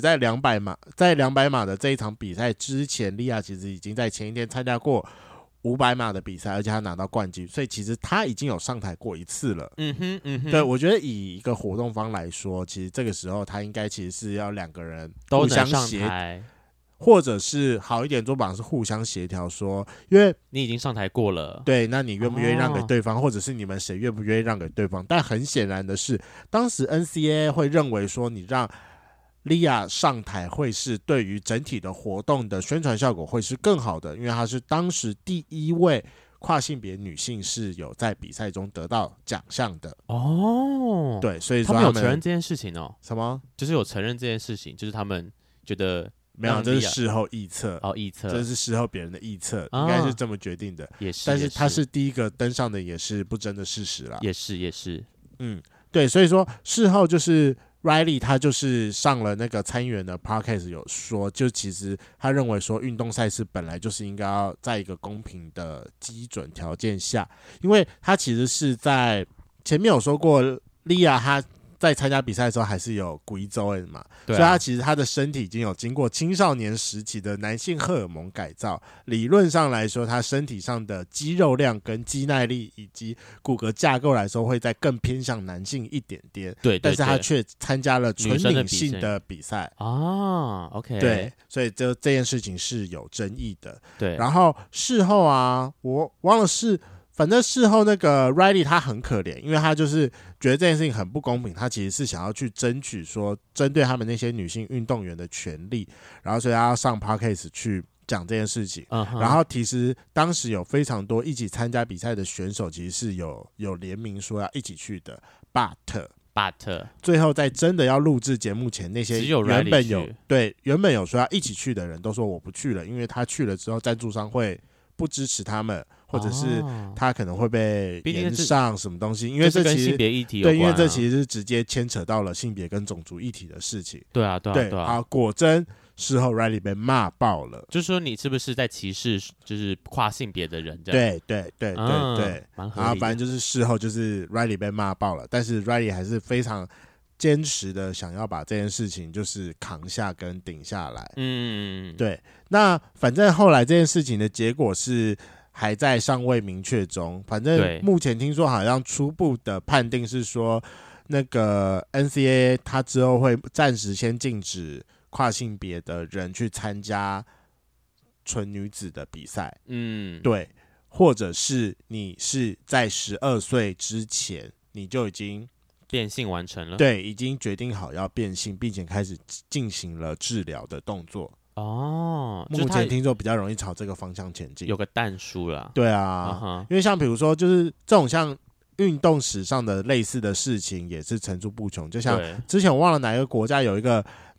200码的这一场比赛之前，莉亚其实已经在前一天参加过500码的比赛，而且她拿到冠军，所以其实她已经有上台过一次了。对，我觉得以一个活动方来说，其实这个时候她应该其实是要2个人互相协调。或者是好一点做法是互相协调，说因为你已经上台过了， 对，那你愿不愿意让给对方，或者是你们谁愿不愿意让给对方？但很显然的是，当时 NCAA 会认为说你让莉亚上台会是对于整体的活动的宣传效果会是更好的，因为她是当时第1位跨性别女性是有在比赛中得到奖项的。对，所以说他们有承认这件事情哦。 什么？ 就是有承认这件事情，就是他们觉得。 没有，这是事后臆测。 臆测， 这是事后别人的臆测，应该是这么决定的。 也是， 但是他是第一个登上的，也是不争的事实啦。 也是。 对，所以说事后就是 Riley 他就是上了那个参议员的 podcast 有说，就其实他认为说运动赛事本来就是应该要在一个公平的基准条件下，因为他其实是在前面有说过，莉亚他。在参加比赛的时候还是有龟周的嘛，所以他其实他的身体已经有经过青少年时期的男性荷尔蒙改造，理论上来说他身体上的肌肉量跟肌耐力以及骨骼架构来说会再更偏向男性一点点。 对， 但是他却参加了纯女性的比赛 OK， 对，所以这件事情是有争议的。 对， 然后事后啊，我忘了反正事后那个 Riley 他很可怜，因为他就是觉得这件事情很不公平，他其实是想要去争取说针对他们那些女性运动员的权利，然后所以他要上 podcast 去讲这件事情。然后其实当时有非常多一起参加比赛的选手其实是有联名说要一起去的 but 最后在真的要录制节目前，那些原本有说要一起去的人都说我不去了，因为他去了之后赞助商会不支持他们，或者是他可能会被延上什么东西，因为这其实跟性别议题有关。 对，因为这其实是直接牵扯到了性别跟种族议题的事情。 对啊。 好，果真事后 Riley 被骂爆了， 就是说你是不是在歧视就是跨性别的人这样？ 对，然后反正就是事后就是 Riley 被骂爆了，但是 Riley 还是非常坚持的想要把这件事情就是扛下跟顶下来。对。那反正后来这件事情的结果是还在尚未明确中，反正目前听说好像初步的判定是说，那个 NCAA 他之后会暂时先禁止跨性别的人去参加纯女子的比赛。对，或者是你是在12岁之前你就已经变性完成了， 对，已经决定好要变性，并且开始进行了治疗的动作。目前听说比较容易朝这个方向前进， 有个但书啦。 对啊，因为像比如说就是这种像运动史上的类似的事情也是层出不穷，就像之前我忘了哪一个国家有一个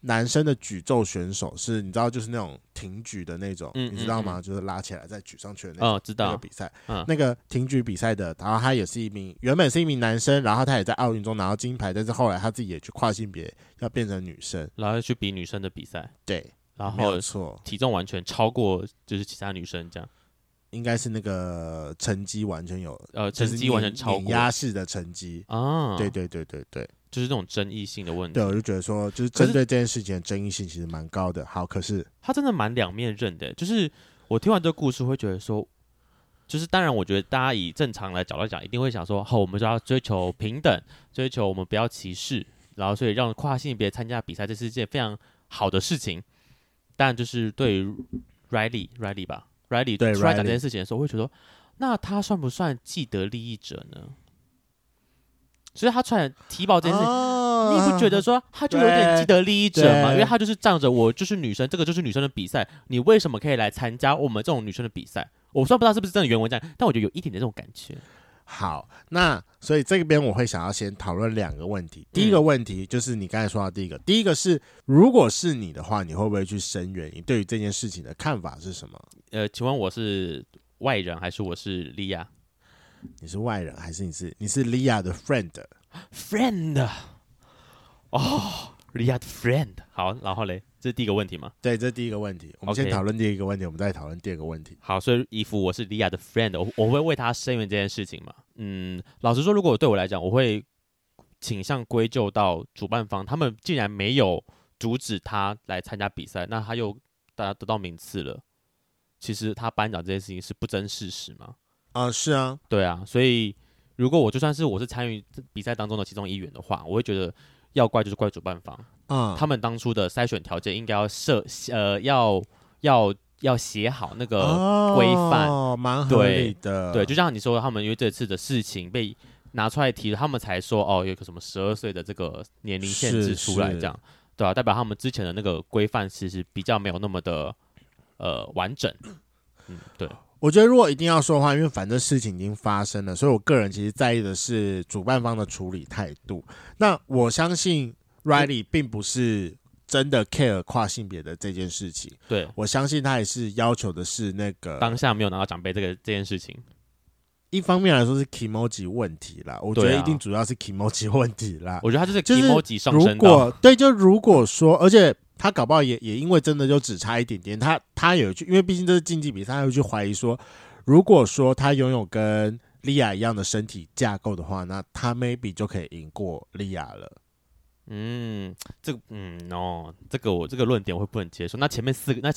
男生的举重选手是你知道就是那种挺举的那种，你知道吗？就是拉起来再举上去的那种， 知道那个比赛，那个挺举比赛的，然后他也是原本是一名男生，然后他也在奥运中拿到金牌，但是后来他自己也去跨性别，要变成女生， 然后去比女生的比赛， 对， 然后体重完全超过就是其他女生这样。 应该是那个成绩完全有成绩完全超过碾压式的成绩啊！对， 就是这种争议性的问题。 对，我就觉得说，就是针对这件事情的争议性其实蛮高的。好，可是他真的蛮两面刃的。就是我听完这个故事会觉得说，就是当然，我觉得大家以正常的角度讲，一定会想说，好，我们就要追求平等，追求我们不要歧视，然后所以让跨性别参加比赛，这是一件非常好的事情。但就是对于 Riley 吧。Riley 出来讲这件事情的时候，我会觉得，那他算不算既得利益者呢？所以他出来提报这件事情，你不觉得说他就有点既得利益者吗？因为他就是仗着我就是女生，这个就是女生的比赛，你为什么可以来参加我们这种女生的比赛？我虽然不知道是不是真的原文这样，但我觉得有一点点这种感觉。 好，那所以这边我会想要先讨论2个问题。第一个问题就是你刚才说到第一个是，如果是你的话，你会不会去声援？你对于这件事情的看法是什么？ 请问我是外人还是我是莉亚？ 你是外人还是你是莉亚的 friend？ 哦，莉亚的 friend。好，然后嘞，这是第一个问题吗？ 对，这是第一个问题。我们先讨论第一个问题，我们再讨论第2个问题。 好，所以以我是莉亚的 friend， 我会为他声援这件事情嘛？老实说，如果对我来讲，我会倾向归咎到主办方，他们既然没有阻止他来参加比赛，那他又大家得到名次了。其实他颁奖这件事情是不争事实吗？ 是啊， 对啊，所以如果我就算是我是参与比赛当中的其中一员的话，我会觉得要怪就是怪主办方，他们当初的筛选条件应该要写好那个规范， 蛮合理的。 对，就像你说，他们因为这次的事情被拿出来提，他们才说有个什么12岁的这个年龄限制出来，这样对啊，代表他们之前的那个规范其实比较没有那么的完整。对。 我觉得如果一定要说的话，因为反正事情已经发生了，所以我个人其实在意的是主办方的处理态度。那我相信 Riley 并不是真的 care 跨性别的这件事情， 对， 我相信他也是要求的是那个当下没有拿到奖杯这件事情。 一方面来说是 Kimoji 问题啦，我觉得一定主要是 Kimoji 问题啦。 我觉得他就是 Kimoji 上升到， 就如果说，而且他搞不好也因为真的就只差一点点，他有去，因为毕竟这是竞技比赛，他有去怀疑说，如果说他拥有跟莉亚一样的身体架构的话，那他 maybe 就可以赢过莉亚了。 这个论点我会不能接受。那前面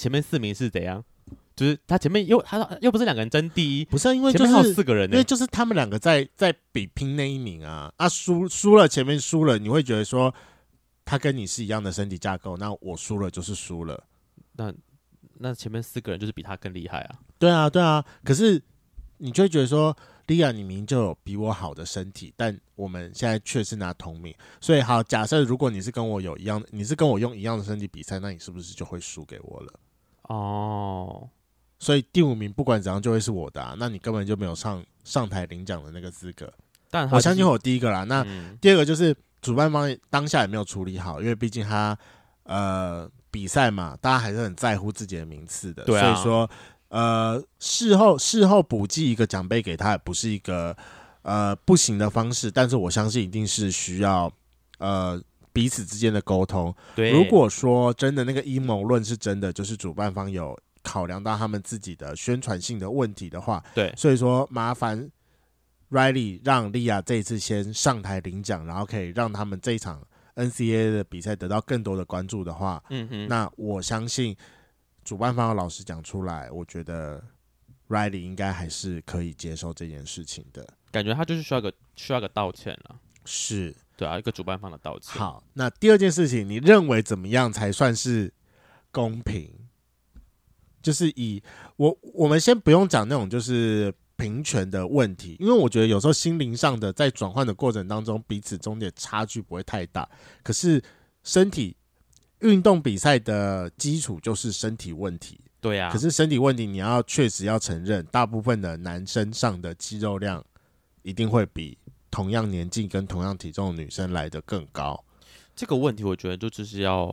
4名是怎样？就是他前面又不是2个人争第一， 不是因为前面还有4个人， 因为就是他们2个在比拼那一名啊，输了前面输了，你会觉得说他跟你是一样的身体架构，那我输了就是输了。 那前面4个人就是比他更厉害啊。 对啊，可是你就会觉得说，莉亚你明明就有比我好的身体，但我们现在却是拿同名，所以好，假设如果你是跟我用一样的身体比赛，那你是不是就会输给我了？所以第5名不管怎样就会是我的那你根本就没有上台领奖的那个资格。 但我相信我第一个啦。那第2个就是主办方当下也没有处理好，因为毕竟他比赛嘛，大家还是很在乎自己的名次的， 对啊， 所以说事后补寄一个奖杯给他，也不是一个不行的方式，但是我相信一定是需要彼此之间的沟通。 对， 如果说真的那个阴谋论是真的，就是主办方有考量到他们自己的宣传性的问题的话， 对， 所以说麻烦 Riley 让莉亚这一次先上台领奖，然后可以让他们这一场 NCAA 的比赛得到更多的关注的话，那我相信主办方的老师讲出来，我觉得 Riley 应该还是可以接受这件事情的。 感觉他就是需要个道歉了， 是， 对啊，一个主办方的道歉。 好，那第2件事情，你认为怎么样才算是公平？就是我们先不用讲那种就是平权的问题，因为我觉得有时候心灵上的在转换的过程当中，彼此中间差距不会太大。可是身体运动比赛的基础就是身体问题， 对啊。 可是身体问题你要确实要承认，大部分的男生上的肌肉量一定会比同样年纪跟同样体重的女生来得更高。 这个问题我觉得就是要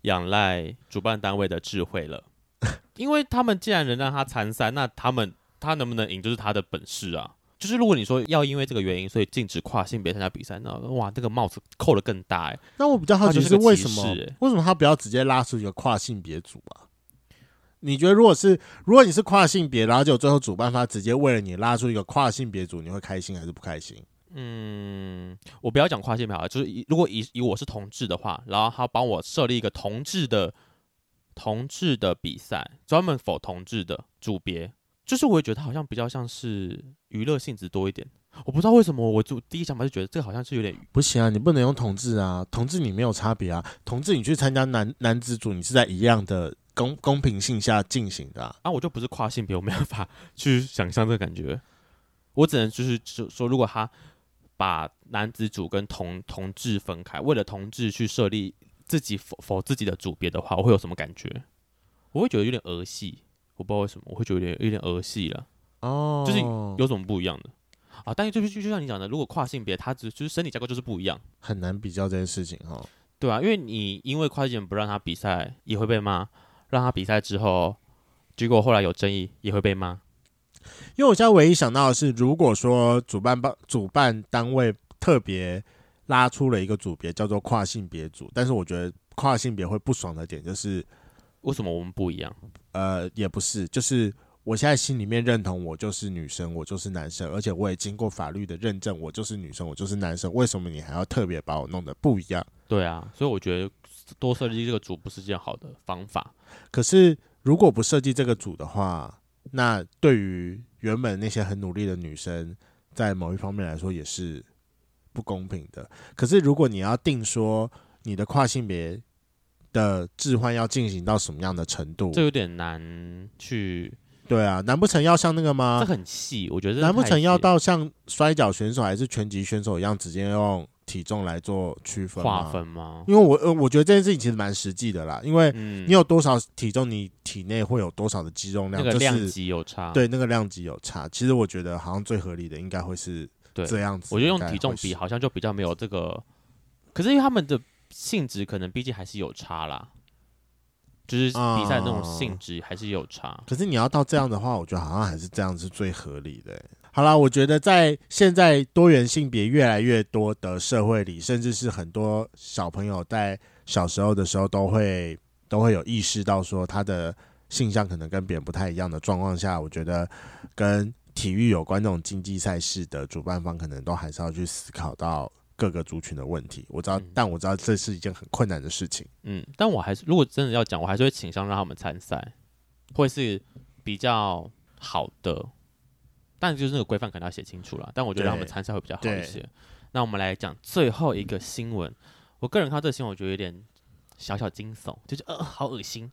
仰赖主办单位的智慧了，因为他们既然能让他参赛，那他能不能赢就是他的本事啊。就是如果你说要因为这个原因，所以禁止跨性别参加比赛，那哇，这个帽子扣得更大哎。 那我比较好奇是为什么他不要直接拉出一个跨性别组啊？你觉得如果你是跨性别，然后就最后主办方直接为了你拉出一个跨性别组，你会开心还是不开心？ 我不要讲跨性别好了，就是如果以我是同志的话，然后他帮我设立一个同志的比赛，专门否同志的组别。就是我也觉得它好像比较像是娱乐性质多一点，我不知道为什么，我第一想法就觉得这个好像是有点不行啊，你不能用同志啊，同志你没有差别啊，同志你去参加男子组，你是在一样的公平性下进行的啊。 我就不是跨性别，我没办法去想象这个感觉，我只能就是说，如果他把男子组跟同志分开，为了同志去设立自己否自己的组别的话，我会有什么感觉？我会觉得有点儿戏。我不知道为什么我会觉得有点儿戏了，就是有什么不一样的啊？但是就像你讲的，如果跨性别，它就是身体结构就是不一样， 很难比较这件事情哈。 对啊，因为你因为跨性别不让他比赛也会被骂，让他比赛之后，结果后来有争议也会被骂。 因为我现在唯一想到的是，如果说主办单位特别拉出了一个组别叫做跨性别组，但是我觉得跨性别会不爽的点就是。 为什么我们不一样？ 也不是，就是我现在心里面认同我就是女生，我就是男生，而且我也经过法律的认证，我就是女生，我就是男生。为什么你还要特别把我弄得不一样？ 对啊，所以我觉得多设计这个组不是件好的方法。 可是如果不设计这个组的话，那对于原本那些很努力的女生，在某一方面来说也是不公平的。可是如果你要定说你的跨性别的置换要进行到什么样的程度， 这有点难去。 对啊，难不成要像那个吗？ 这很细，我觉得难不成要到像摔跤选手还是拳击选手一样，直接用体重来做区分划分吗？ 因为我觉得这件事情其实蛮实际的啦，因为你有多少体重，你体内会有多少的肌肉量， 那个量级有差。 对，那个量级有差。其实我觉得好像最合理的应该会是这样子。 我觉得用体重比好像就比较没有这个，可是因为他们的性质可能毕竟还是有差啦，就是比赛那种性质还是有差。 可是你要到这样的话，我觉得好像还是这样是最合理的。好啦，我觉得在现在多元性别越来越多的社会里，甚至是很多小朋友在小时候的时候都会有意识到说他的性向可能跟别人不太一样的状况下，我觉得跟体育有关这种竞技赛事的主办方可能都还是要去思考到各个族群的问题。我知道，但我知道这是一件很困难的事情。 但我还是如果真的要讲，我还是会倾向让他们参赛，会是比较好的。但就是那个规范可能要写清楚了，但我觉得让他们参赛会比较好一些。那我们来讲最后一个新闻，我个人看到这个新闻，我觉得有点小小惊悚，就是好恶心。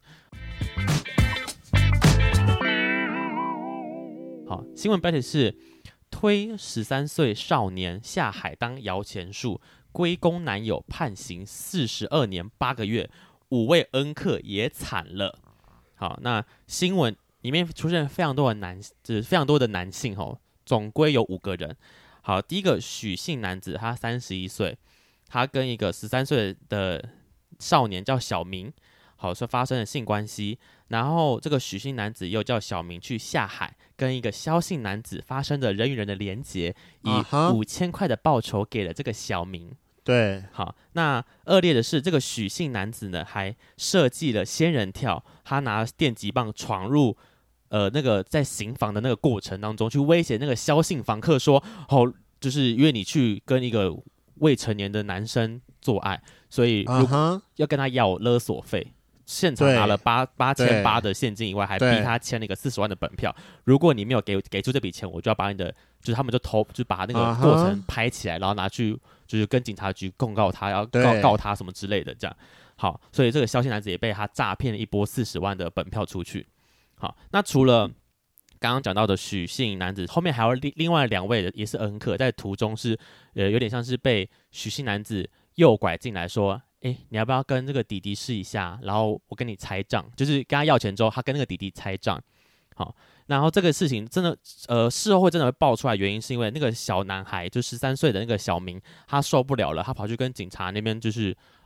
好，新闻标题是推13岁少年下海当摇钱树，归公男友判刑42年8个月，5位恩客也惨了。好，那新闻里面出现非常多的男性总归有5个人。好，第一个许姓男子，他31岁，他跟一个13岁的少年叫小明，好，说发生了性关系。然后这个许姓男子又叫小明去下海，跟一个萧姓男子发生的人与人的连结，以5000块的报酬给了这个小明。 对， 好，那恶劣的是，这个许姓男子呢，还设计了仙人跳，他拿电击棒闯入那个在刑房的那个过程当中，去威胁那个萧姓房客说，就是因为你去跟一个未成年的男生做爱，所以要跟他要勒索费。现场拿了8800的现金以外，还逼他签了一个40万的本票。如果你没有给出这笔钱，我就要把你的，就是他们就把那个过程拍起来，然后拿去就是跟警察局控告他，要告他什么之类的，这样。好，所以这个萧姓男子也被他诈骗了一波40万的本票出去。好，那除了刚刚讲到的许姓男子，后面还有另外2位的也是恩客，在途中是有点像是被许姓男子诱拐进来说，你要不要跟这个弟弟试一下？然后我跟你拆账，就是跟他要钱之后，他跟那个弟弟拆账。好，然后这个事情真的事后会真的会爆出来，原因是因为那个小男孩就13岁的那个小明，他受不了了，他跑去跟警察那边就是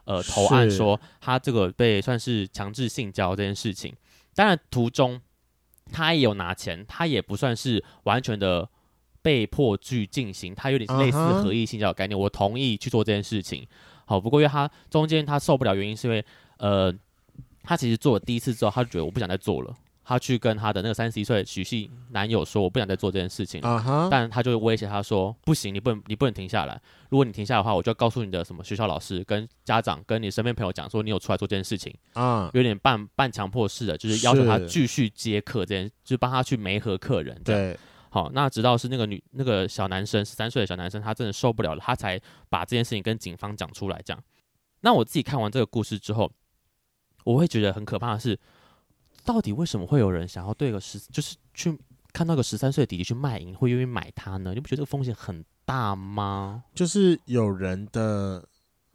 投案说他这个被算是强制性交这件事情。当然途中他也有拿钱，他也不算是完全的被迫去进行，他有点类似合意性交的概念。我同意去做这件事情。好，不过因为他中间他受不了，原因是因为他其实做了第一次之后，他就觉得我不想再做了。他去跟他的那个31岁许系男友说，我不想再做这件事情了。但他就威胁他说，不行，你不能停下来。如果你停下来的话，我就要告诉你的什么学校老师、跟家长、跟你身边朋友讲说，你有出来做这件事情。有点半强迫式的，就是要求他继续接客，就是帮他去媒合客人。对。好，那直到是那个小男生13岁的小男生，他真的受不了了，他才把这件事情跟警方讲出来。这样，那我自己看完这个故事之后，我会觉得很可怕的是，到底为什么会有人想要对就是去看到个13岁的弟弟去卖淫，会愿意买他呢？你不觉得这个风险很大吗？ 就是有人的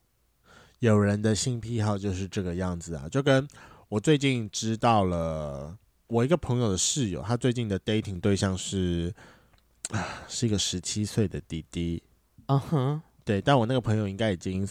性癖好就是这个样子啊，就跟我最近知道了。我一个朋友的室友，他最近的 dating 对象是一个17岁的弟弟。对，但我那个朋友应该已经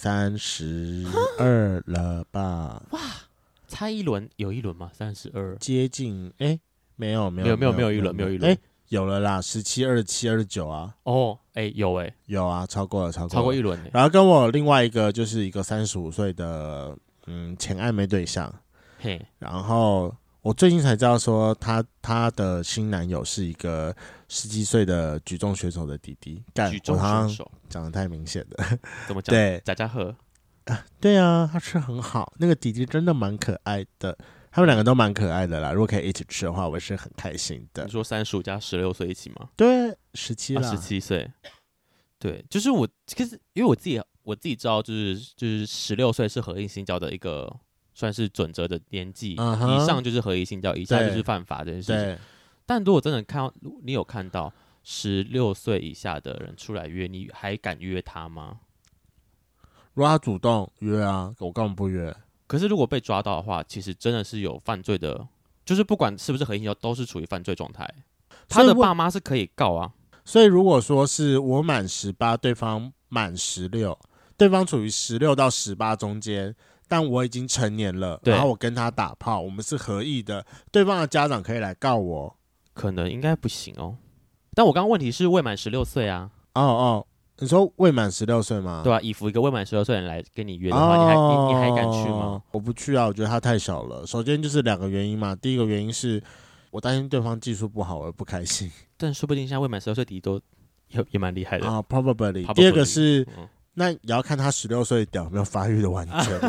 32了吧？ 哇，差一轮，有一轮吗？32， 接近没有一轮， 有了啦，17、27、29啊。 有啊，超过一轮。 然后跟我另外一个就是一个35岁的前暧昧对象。然后。我最近才知道说他的新男友是一个17岁的举重选手的弟弟。 举重选手讲得太明显了。 怎么讲？对，贾家和。 对啊，他吃很好，那个弟弟真的蛮可爱的。他们两个都蛮可爱的啦。如果可以一起吃的话，我是很开心的。 你说35加16岁一起吗？ 对，17啦 ，17岁。对，就是我，其实因为我自己知道，就是16岁是合意性交的一个。算是准则的年纪，以上就是合意性交，以下就是犯法这件事情。但如果真的你有看到16岁以下的人出来约，你还敢约他吗？ 如果他主动约啊，我根本不约。 可是如果被抓到的话，其实真的是有犯罪的，就是不管是不是合意性交，都是处于犯罪状态。他的爸妈是可以告啊。 所以如果说是我满18，对方满16，对方处于16到18中间。但我已经成年了，然后我跟他打炮，我们是合意的，对方的家长可以来告我， 可能应该不行哦。但我刚刚问题是未满16岁啊。 你说未满16岁吗？ 对啊，以服一个未满16岁的人来跟你约的话，你还敢去吗？ 我不去啊，我觉得他太小了。首先就是2个原因嘛，第一个原因是我担心对方技术不好，我不开心。 但说不定现在未满16岁弟弟都也蛮厉害的啊 ，probably。第二个是。那也要看他16岁屌有没有发育的完整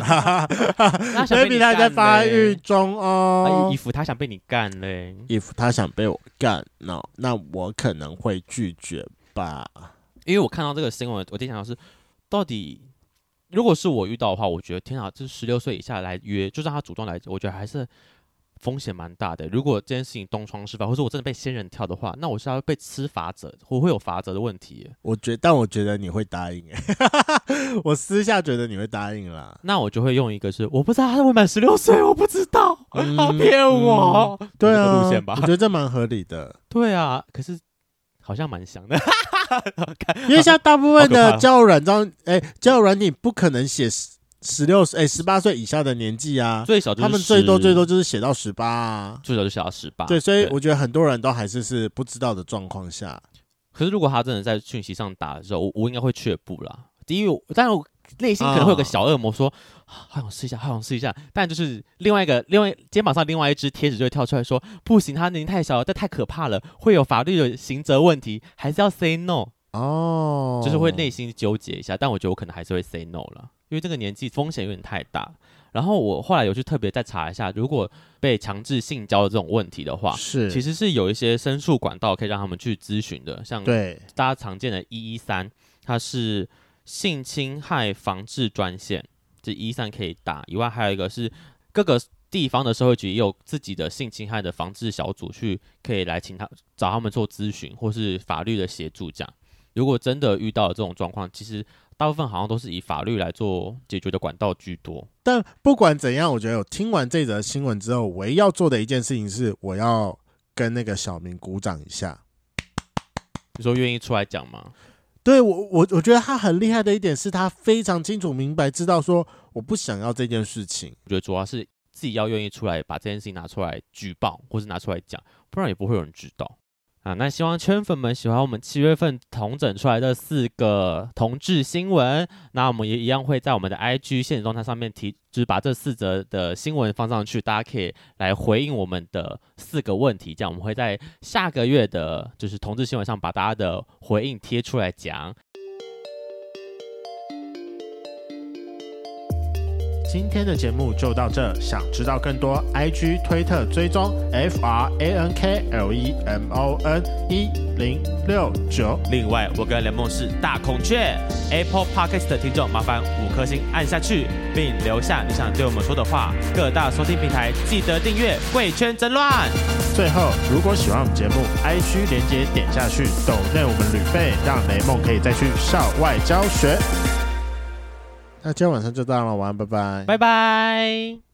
，maybe 他在发育中哦。 if 他想被你干嘞 ，if 他想被我干，那我可能会拒绝吧。 因为我看到这个新闻，我第一想到是，到底如果是我遇到的话，我觉得天啊，这16岁以下来约，就让他主动来，我觉得还是风险蛮大的。如果这件事情东窗事发，或者我真的被仙人跳的话，那我是要被吃罚则，我会有罚则的问题。 但我觉得你会答应我私下觉得你会答应啦。 那我就会用一个是我不知道他未满16岁，我不知道，他骗我。 对啊， 这个路线吧， 我觉得这蛮合理的。 对啊，可是好像蛮香的， 因为像大部分的交友软体不可能写18岁以下的年纪啊， 最少就是他们最多就是写到18啊， 最少就写到18。 对，所以我觉得很多人都还是不知道的状况下。 可是如果他真的在讯息上打的时候，我应该会却步啦。第一，当然我内心可能会有个小恶魔说，好想试一下，但就是另外肩膀上另外一只贴纸就会跳出来说，不行，他年龄太小了，这太可怕了，会有法律的刑责问题，还是要 say no。就是会内心纠结一下，但我觉得我可能还是会 say no 了，因为这个年纪风险有点太大。然后我后来有去特别再查一下，如果被强制性交的这种问题的话，其实是有一些申诉管道可以让他们去咨询的，像大家常见的113，它是性侵害防治专线，这113可以打。以外还有一个是各个地方的社会局也有自己的性侵害的防治小组，可以来找他们做咨询或是法律的协助这样。如果真的遇到这种状况，其实大部分好像都是以法律来做解决的管道居多。 但不管怎样，我觉得我听完这则新闻之后，唯一要做的一件事情是，我要跟那个小明鼓掌一下。 你说愿意出来讲吗？ 对，我觉得他很厉害的一点是他非常清楚明白知道说我不想要这件事情。 我觉得主要是自己要愿意出来把这件事情拿出来举报或是拿出来讲，不然也不会有人知道啊。那希望圈粉们喜欢我们7月份统整出来的4个同志新闻，那我们也一样会在我们的 IG 限时动态上面就是把这4则的新闻放上去，大家可以来回应我们的4个问题，这样我们会在下个月的就是同志新闻上把大家的回应贴出来讲。 今天的节目就到这，想知道更多 IG 推特追踪 FRANKLEMON1069。 另外我跟雷梦是大孔雀 Apple Podcast 的听众麻烦5颗星按下去，并留下你想对我们说的话，各大收听平台记得订阅贵圈争乱。 最后如果喜欢我们节目 IG 连结点下去抖内我们旅费，让雷梦可以再去校外教学。那今天晚上就到了，晚安，拜拜， 拜拜。